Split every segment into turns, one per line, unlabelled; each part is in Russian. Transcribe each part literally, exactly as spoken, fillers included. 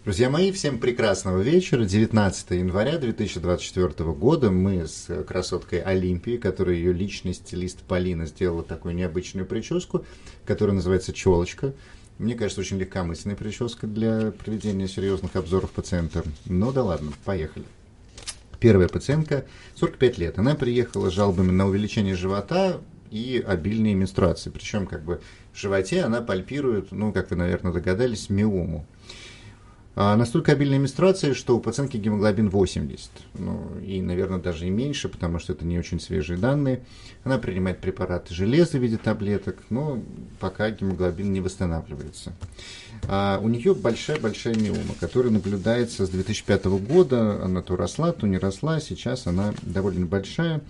Друзья мои, всем прекрасного вечера. девятнадцатого января две тысячи двадцать четвёртого года мы с красоткой Олимпией, которая ее личный стилист Полина сделала такую необычную прическу, которая называется «Челочка». Мне кажется, очень легкомысленная прическа для проведения серьезных обзоров пациента. Ну да ладно, поехали. Первая пациентка, сорок пять лет. Она приехала с жалобами на увеличение живота и обильные менструации. Причем как бы в животе она пальпирует, ну, как вы, наверное, догадались, миому. А настолько обильная менструация, что у пациентки гемоглобин восемьдесят, ну и, наверное, даже и меньше, потому что это не очень свежие данные. Она принимает препараты железа в виде таблеток, но пока гемоглобин не восстанавливается. А у нее большая-большая миома, которая наблюдается с две тысячи пятого года, она то росла, то не росла, сейчас она довольно большая.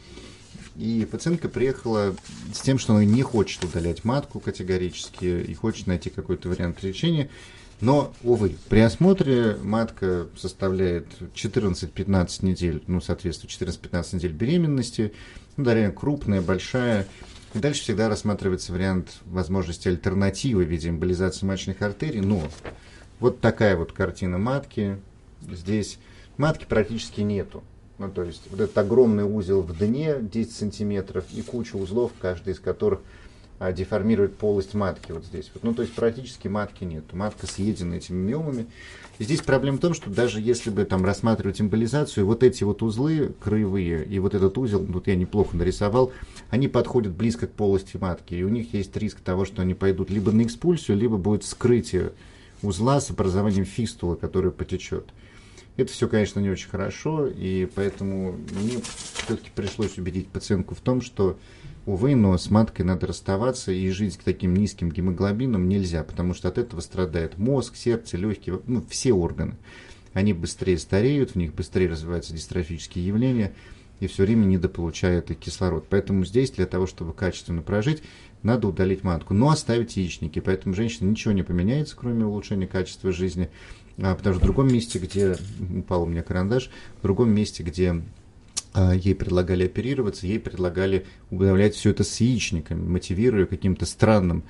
И пациентка приехала с тем, что она не хочет удалять матку категорически и хочет найти какой-то вариант лечения. Но, увы, при осмотре матка составляет четырнадцать-пятнадцать недель, ну, соответственно, четырнадцать-пятнадцать недель беременности, ну, довольно крупная, большая. И дальше всегда рассматривается вариант возможности альтернативы в виде эмболизации маточных артерий. Но вот такая вот картина матки. Здесь матки практически нету. Ну, то есть вот этот огромный узел в дне, десять сантиметров, и куча узлов, каждый из которых а, деформирует полость матки вот здесь. Вот. Ну, то есть практически матки нет. Матка съедена этими миомами. И здесь проблема в том, что даже если бы там рассматривать эмболизацию, вот эти вот узлы краевые и вот этот узел, вот я неплохо нарисовал, они подходят близко к полости матки. И у них есть риск того, что они пойдут либо на экспульсию, либо будет вскрытие узла с образованием фистулы, которая потечет. Это все, конечно, не очень хорошо, и поэтому мне все-таки пришлось убедить пациентку в том, что, увы, но с маткой надо расставаться, и жить к таким низким гемоглобинам нельзя, потому что от этого страдает мозг, сердце, легкие, ну, все органы. Они быстрее стареют, в них быстрее развиваются дистрофические явления, и все время недополучают кислород. Поэтому здесь для того, чтобы качественно прожить, надо удалить матку, но оставить яичники. Поэтому женщине ничего не поменяется, кроме улучшения качества жизни. А, потому что в другом месте, где упал у меня карандаш, в другом месте, где а, ей предлагали оперироваться, ей предлагали удалять все это с яичниками, мотивируя каким-то странным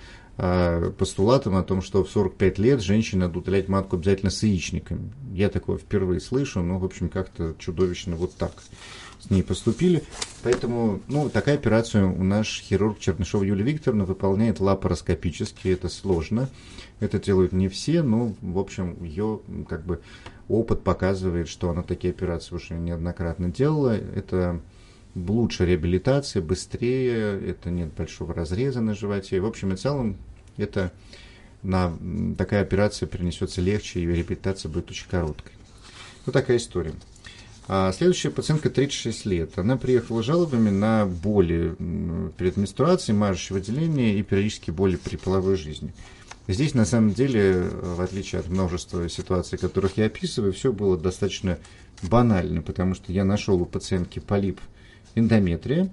а, постулатом о том, что в сорок пять лет женщине надо удалять матку обязательно с яичниками. Я такое впервые слышу, но, в общем, как-то чудовищно вот так с ней поступили. Поэтому, ну, такая операция у наш хирург Чернышова Юлия Викторовна выполняет лапароскопически. Это сложно. Это делают не все, но, в общем, ее как бы опыт показывает, что она такие операции уже неоднократно делала. Это лучшая реабилитация, быстрее, это нет большого разреза на животе. В общем и целом, это на, такая операция перенесется легче, и реабилитация будет очень короткой. Вот такая история. А следующая пациентка тридцать шесть лет. Она приехала с жалобами на боли перед менструацией, мажущее выделение и периодические боли при половой жизни. Здесь, на самом деле, в отличие от множества ситуаций, которых я описываю, все было достаточно банально, потому что я нашел у пациентки полип эндометрия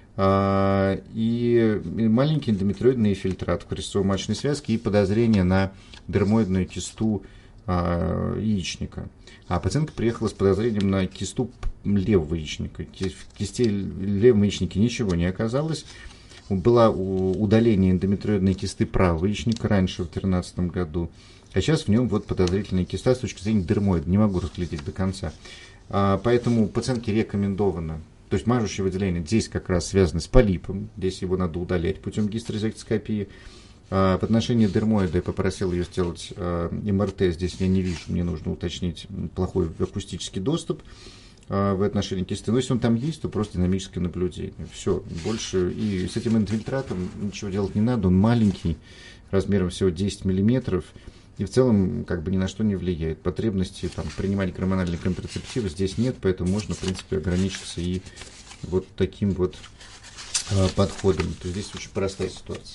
а, и маленький эндометриоидный инфильтрат в крестцово-маточной связке и подозрение на дермоидную кисту а, яичника. А пациентка приехала с подозрением на кисту левого яичника. В кисте левого яичника ничего не оказалось. Было удаление эндометриоидной кисты правого яичника раньше, в две тысячи тринадцатом году. А сейчас в нем вот подозрительная киста с точки зрения дермоида. Не могу разглядеть до конца. А, поэтому пациентке рекомендовано. То есть мажущее выделение здесь как раз связано с полипом. Здесь его надо удалять путем гистерэзектоскопии. А, в отношении дермоида я попросил ее сделать а, эм эр тэ. Здесь я не вижу, мне нужно уточнить плохой акустический доступ в отношении кисты. Но если он там есть, то просто динамическое наблюдение. Все, больше. И с этим инфильтратом ничего делать не надо. Он маленький, размером всего десять миллиметров. И в целом как бы ни на что не влияет. Потребности там, принимать гормональные контрацептивы здесь нет, поэтому можно, в принципе, ограничиться и вот таким вот а, подходом. То есть здесь очень простая ситуация.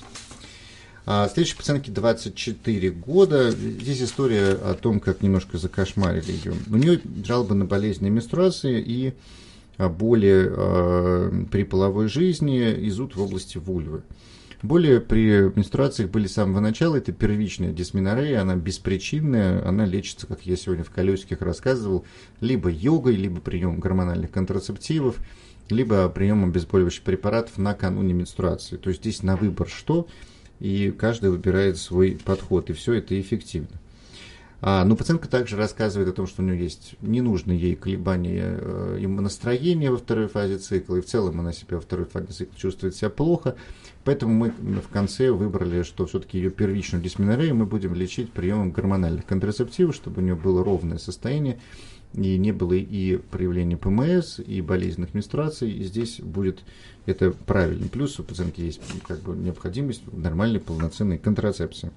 А следующей пациентке двадцать четыре года. Здесь история о том, как немножко закошмарили ее. У нее жалобы на болезненные менструации и боли э, при половой жизни и зуд в области вульвы. Боли при менструациях были с самого начала. Это первичная дисменорея, она беспричинная. Она лечится, как я сегодня в колесиках рассказывал, либо йогой, либо приемом гормональных контрацептивов, либо приемом обезболивающих препаратов накануне менструации. То есть здесь на выбор что, и каждый выбирает свой подход, и все это эффективно. А, но пациентка также рассказывает о том, что у нее есть ненужные ей колебания э, настроения во второй фазе цикла, и в целом она себя во второй фазе цикла чувствует себя плохо. Поэтому мы в конце выбрали, что все-таки ее первичную дисменорею мы будем лечить приемом гормональных контрацептивов, чтобы у нее было ровное состояние, и не было и проявления ПМС, и болезненных менструаций, и здесь будет это правильно. Плюс у пациентки есть как бы необходимость нормальной полноценной контрацепции.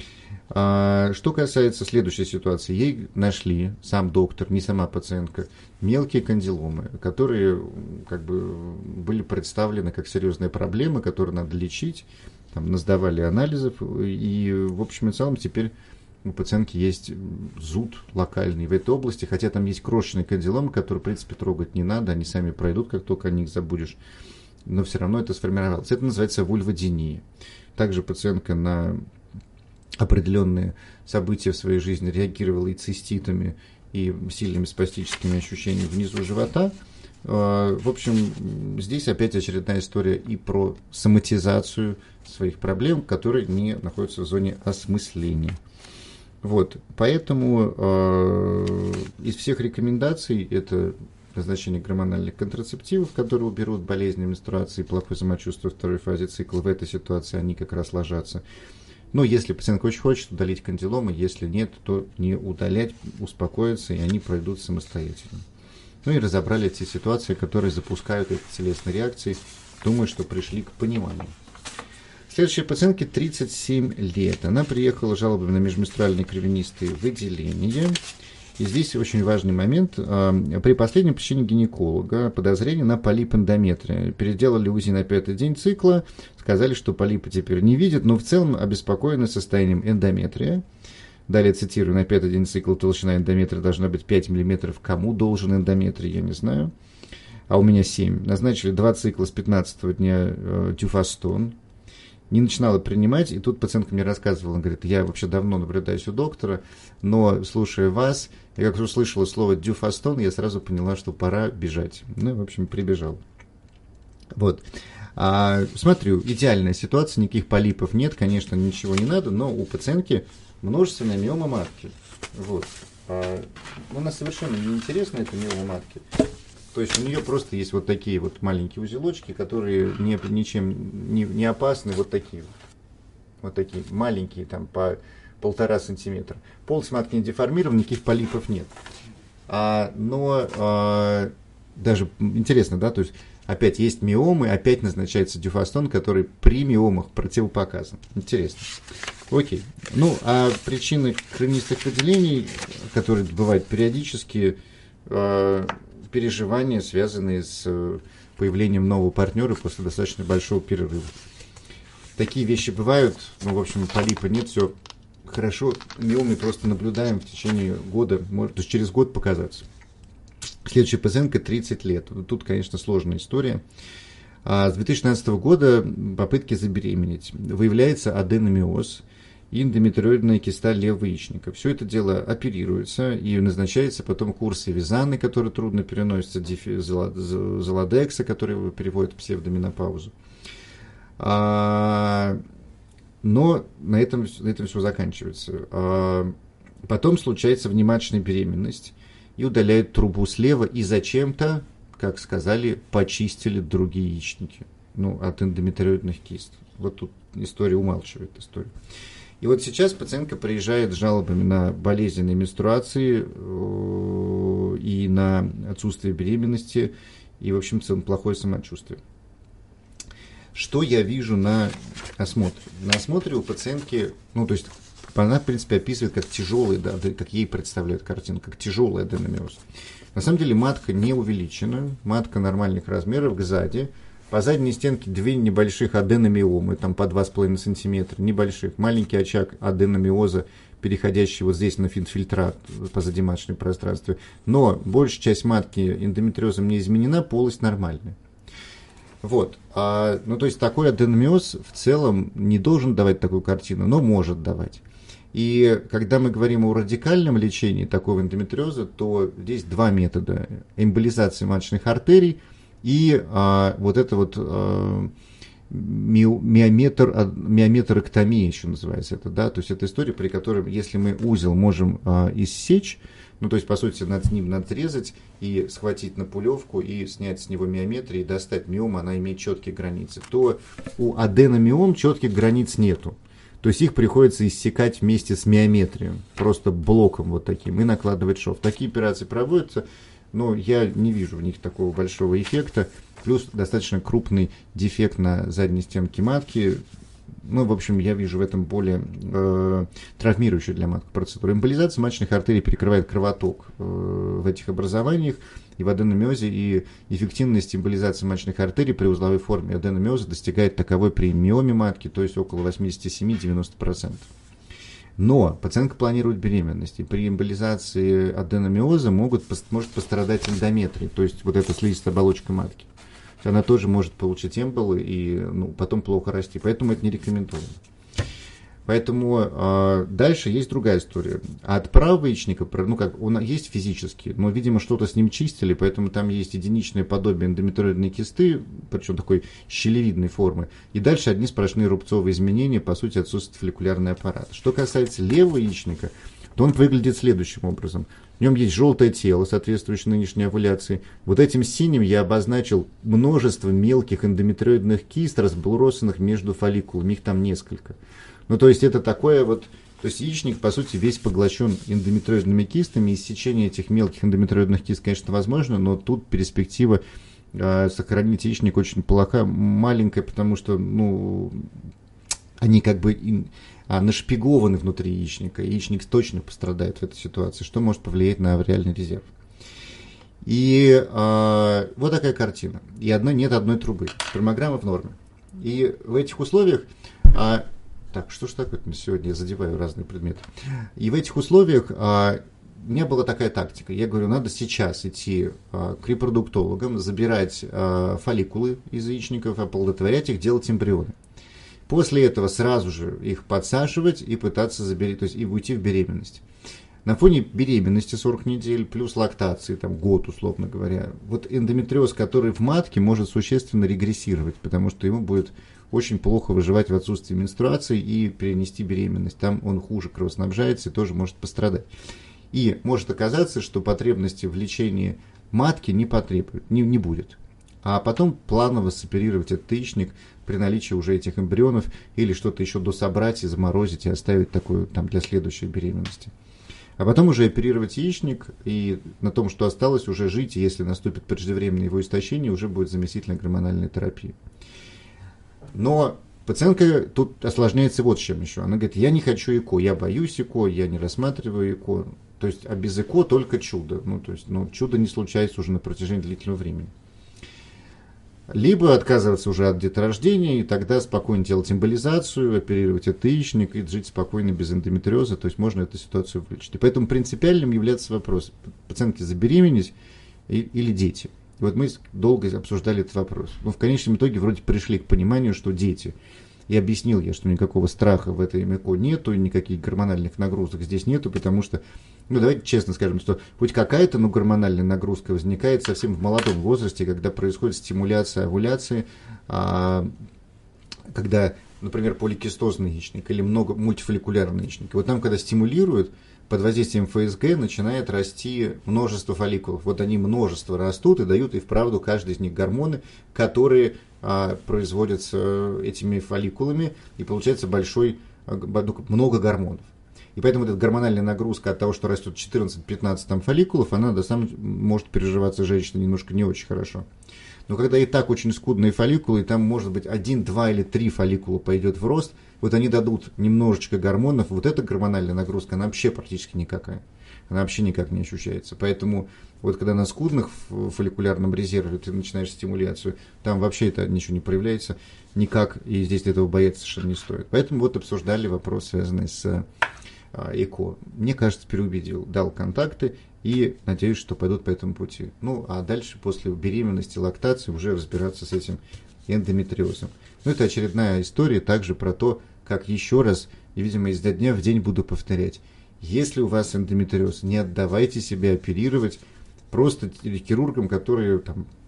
А, что касается следующей ситуации, ей нашли, сам доктор, не сама пациентка, мелкие кандиломы, которые как бы были представлены как серьезные проблемы, которые надо лечить, там, насдавали анализов, и в общем и целом теперь у пациентки есть зуд локальный в этой области, хотя там есть крошечные кандиломы, которые, в принципе, трогать не надо, они сами пройдут, как только о них забудешь, но все равно это сформировалось. Это называется вульводиния. Также пациентка на определенные события в своей жизни реагировала и циститами, и сильными спастическими ощущениями внизу живота. В общем, здесь опять очередная история и про соматизацию своих проблем, которые не находятся в зоне осмысления. Вот, поэтому э, из всех рекомендаций это назначение гормональных контрацептивов, которые уберут болезни менструации и плохое самочувствие в второй фазе цикла. В этой ситуации они как раз ложатся. Но если пациентка очень хочет удалить кандиломы, если нет, то не удалять, успокоиться, и они пройдут самостоятельно. Ну и разобрали те ситуации, которые запускают эти телесные реакции. Думаю, что пришли к пониманию. Следующей пациентке тридцать семь лет. Она приехала с жалобами на межменструальные кровянистые выделения. И здесь очень важный момент. При последнем посещении гинеколога подозрение на полип эндометрия. Переделали УЗИ на пятый день цикла. Сказали, что полипы теперь не видят, но в целом обеспокоены состоянием эндометрия. Далее цитирую, на пятый день цикла толщина эндометрия должна быть пять миллиметров. Кому должен эндометрий, я не знаю. А у меня семь. Назначили два цикла с пятнадцатого дня э, дюфастон. Не начинала принимать, и тут пациентка мне рассказывала, она говорит, я вообще давно наблюдаюсь у доктора, но, слушая вас, я как услышала слово дюфастон, я сразу поняла, что пора бежать. Ну, в общем, прибежал. Вот. А, смотрю, идеальная ситуация, никаких полипов нет, конечно, ничего не надо, но у пациентки множественная миома матки. Вот. А, она совершенно неинтересна, эта миома матки. То есть у нее просто есть вот такие вот маленькие узелочки, которые не, ничем не, не опасны, вот такие вот. Вот такие маленькие, там по полтора сантиметра. Полость матки не деформирована, никаких полипов нет. А, но а, даже интересно, да, то есть опять есть миомы, опять назначается дюфастон, который при миомах противопоказан. Интересно. Окей. Ну, а причины кровянистых выделений, которые бывают периодически, а, переживания, связанные с появлением нового партнера после достаточно большого перерыва. Такие вещи бывают, ну, в общем, полипа нет, все хорошо, миомы просто наблюдаем в течение года, может, то есть через год показаться. Следующая пациентка тридцать лет. Тут, конечно, сложная история. А с две тысячи шестнадцатого года попытки забеременеть. Выявляется аденомиоз и эндометриоидная киста левого яичника. Все это дело оперируется и назначается потом курс Визаны, который трудно переносится, Золодекса, который переводит в псевдоменопаузу. А, но на этом, на этом все заканчивается. А, потом случается внематочная беременность и удаляют трубу слева, и зачем-то, как сказали, почистили другие яичники, ну, от эндометриоидных кист. Вот тут история умалчивает историю. И вот сейчас пациентка приезжает с жалобами на болезненные менструации э, и на отсутствие беременности, и, в общем, в целом плохое самочувствие. Что я вижу на осмотре? На осмотре у пациентки, ну, то есть, она, в принципе, описывает как тяжелый, да, как ей представляют картину, как тяжелый аденомиоз. На самом деле матка не увеличена, матка нормальных размеров сзади. По задней стенке две небольших аденомиомы, там по два с половиной сантиметра, небольших. Маленький очаг аденомиоза, переходящий вот здесь на инфильтрат по задиматочной пространстве. Но большая часть матки эндометриозом не изменена, полость нормальная. Вот. А, ну, то есть такой аденомиоз в целом не должен давать такую картину, но может давать. И когда мы говорим о радикальном лечении такого эндометриоза, то здесь два метода. Эмболизация маточных артерий и а, вот это вот а, миометр, миометроктомия еще называется это, да, то есть это история, при которой, если мы узел можем а, иссечь, ну, то есть, по сути, над ним надрезать и схватить на пулевку и снять с него миометрию и достать миому, она имеет четкие границы, то у аденомиом четких границ нету. То есть их приходится иссекать вместе с миометрией, просто блоком вот таким, и накладывать шов. Такие операции проводятся, но я не вижу в них такого большого эффекта. Плюс достаточно крупный дефект на задней стенке матки. Ну, в общем, я вижу в этом более э, травмирующую для матки процедуру. Эмболизация маточных артерий перекрывает кровоток э, в этих образованиях и в аденомиозе, и эффективность эмболизации маточных артерий при узловой форме аденомиоза достигает таковой при миоме матки, то есть около восемьдесят семь - девяносто процентов. Но пациентка планирует беременность, и при эмболизации аденомиоза могут, может пострадать эндометрий, то есть вот эта слизистая оболочка матки. Она тоже может получить эмболы и ну, потом плохо расти, поэтому это не рекомендуемо. Поэтому э, дальше есть другая история. От правого яичника, ну как, он есть физически, но, видимо, что-то с ним чистили, поэтому там есть единичное подобие эндометриоидной кисты, причем такой щелевидной формы. И дальше одни сплошные рубцовые изменения, по сути, отсутствует фолликулярный аппарат. Что касается левого яичника, то он выглядит следующим образом. В нем есть желтое тело, соответствующее нынешней овуляции. Вот этим синим я обозначил множество мелких эндометриоидных кист, разбросанных между фолликулами. Их там несколько. Ну, то есть это такое вот... То есть яичник, по сути, весь поглощен эндометриоидными кистами. Иссечение этих мелких эндометриоидных кист, конечно, возможно, но тут перспектива э, сохранить яичник очень плоха, маленькая, потому что, ну, они как бы... а, нашпигованы внутри яичника. Яичник точно пострадает в этой ситуации, что может повлиять на авриальный резерв. И а, вот такая картина. И одной, нет одной трубы. Спермограмма в норме. И в этих условиях... А, так, что ж такое сегодня? Я задеваю разные предметы. И в этих условиях а, у меня была такая тактика. Я говорю, надо сейчас идти а, к репродуктологам, забирать а, фолликулы из яичников, оплодотворять их, делать эмбрионы. После этого сразу же их подсаживать и пытаться забеременеть, то есть и уйти в беременность. На фоне беременности сорок недель плюс лактации, там год, условно говоря, вот эндометриоз, который в матке, может существенно регрессировать, потому что ему будет очень плохо выживать в отсутствии менструации и перенести беременность. Там он хуже кровоснабжается и тоже может пострадать. И может оказаться, что потребности в лечении матки не потребует, не, не будет. А потом планово соперировать этот яичник при наличии уже этих эмбрионов или что-то еще дособрать и заморозить и оставить такую там для следующей беременности. А потом уже оперировать яичник и на том, что осталось, уже жить, и если наступит преждевременное его истощение, уже будет заместительная гормональная терапия. Но пациентка тут осложняется вот с чем еще. Она говорит, я не хочу ЭКО, я боюсь ЭКО, я не рассматриваю ЭКО. То есть, а без ЭКО только чудо. Ну, то есть, ну, чудо не случается уже на протяжении длительного времени. Либо отказываться уже от деторождения, и тогда спокойно делать эмболизацию, оперировать этот яичник и жить спокойно без эндометриоза, то есть можно эту ситуацию вылечить. И поэтому принципиальным является вопрос, пациентки забеременеть или дети. И вот мы долго обсуждали этот вопрос. Но в конечном итоге вроде пришли к пониманию, что дети. И объяснил я, что никакого страха в этой ЭКО нету, и никаких гормональных нагрузок здесь нету, потому что, ну давайте честно скажем, что хоть какая-то ну, гормональная нагрузка возникает совсем в молодом возрасте, когда происходит стимуляция овуляции, а, когда, например, поликистозный яичник или много мультифолликулярный яичник. И вот там, когда стимулируют, под воздействием ФСГ начинает расти множество фолликулов. Вот они множество растут и дают и вправду каждый из них гормоны, которые а, производятся этими фолликулами, и получается большой, много гормонов. И поэтому эта гормональная нагрузка от того, что растет четырнадцать-пятнадцать там фолликулов, она до самого может переживаться женщине немножко не очень хорошо. Но когда и так очень скудные фолликулы, и там может быть один, два или три фолликула пойдет в рост, вот они дадут немножечко гормонов, вот эта гормональная нагрузка, она вообще практически никакая. Она вообще никак не ощущается. Поэтому вот когда на скудных фолликулярном резерве ты начинаешь стимуляцию, там вообще это ничего не проявляется никак, и здесь этого бояться совершенно не стоит. Поэтому вот обсуждали вопрос, связанный с ЭКО. Мне кажется, переубедил, дал контакты и надеюсь, что пойдут по этому пути. Ну, а дальше после беременности, лактации уже разбираться с этим эндометриозом. Ну, это очередная история также про то, как еще раз, и, видимо, изо дня в день буду повторять. Если у вас эндометриоз, не отдавайте себя оперировать просто хирургам, которые там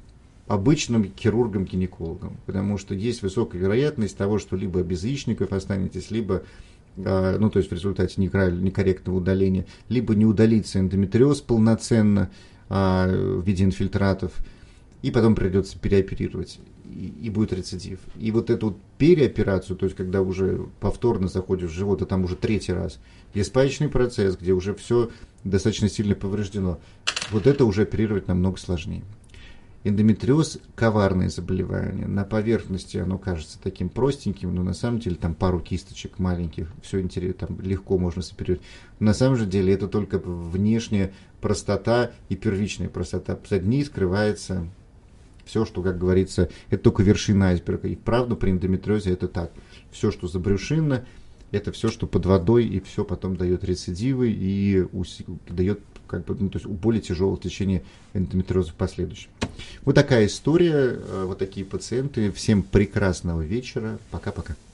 обычным хирургом-гинекологом, потому что есть высокая вероятность того, что либо без яичников останетесь, либо, ну, то есть в результате некорректного удаления, либо не удалится эндометриоз полноценно в виде инфильтратов, и потом придется переоперировать, и, и будет рецидив. И вот эту вот переоперацию, то есть когда уже повторно заходишь в живот, а там уже третий раз, где спаечный процесс, где уже все достаточно сильно повреждено, вот это уже оперировать намного сложнее. Эндометриоз – коварное заболевание. На поверхности оно кажется таким простеньким, но на самом деле там пару кисточек маленьких, все интересно, там легко можно соперировать. На самом же деле это только внешняя простота и первичная простота. Под ней скрывается все, что, как говорится, это только вершина айсберга. И правда при эндометриозе это так. Все, что забрюшинно, это все, что под водой, и все потом дает рецидивы и дает, как бы, ну, то есть более тяжелое течение эндометриоза в последующем. Вот такая история, вот такие пациенты. Всем прекрасного вечера. Пока-пока.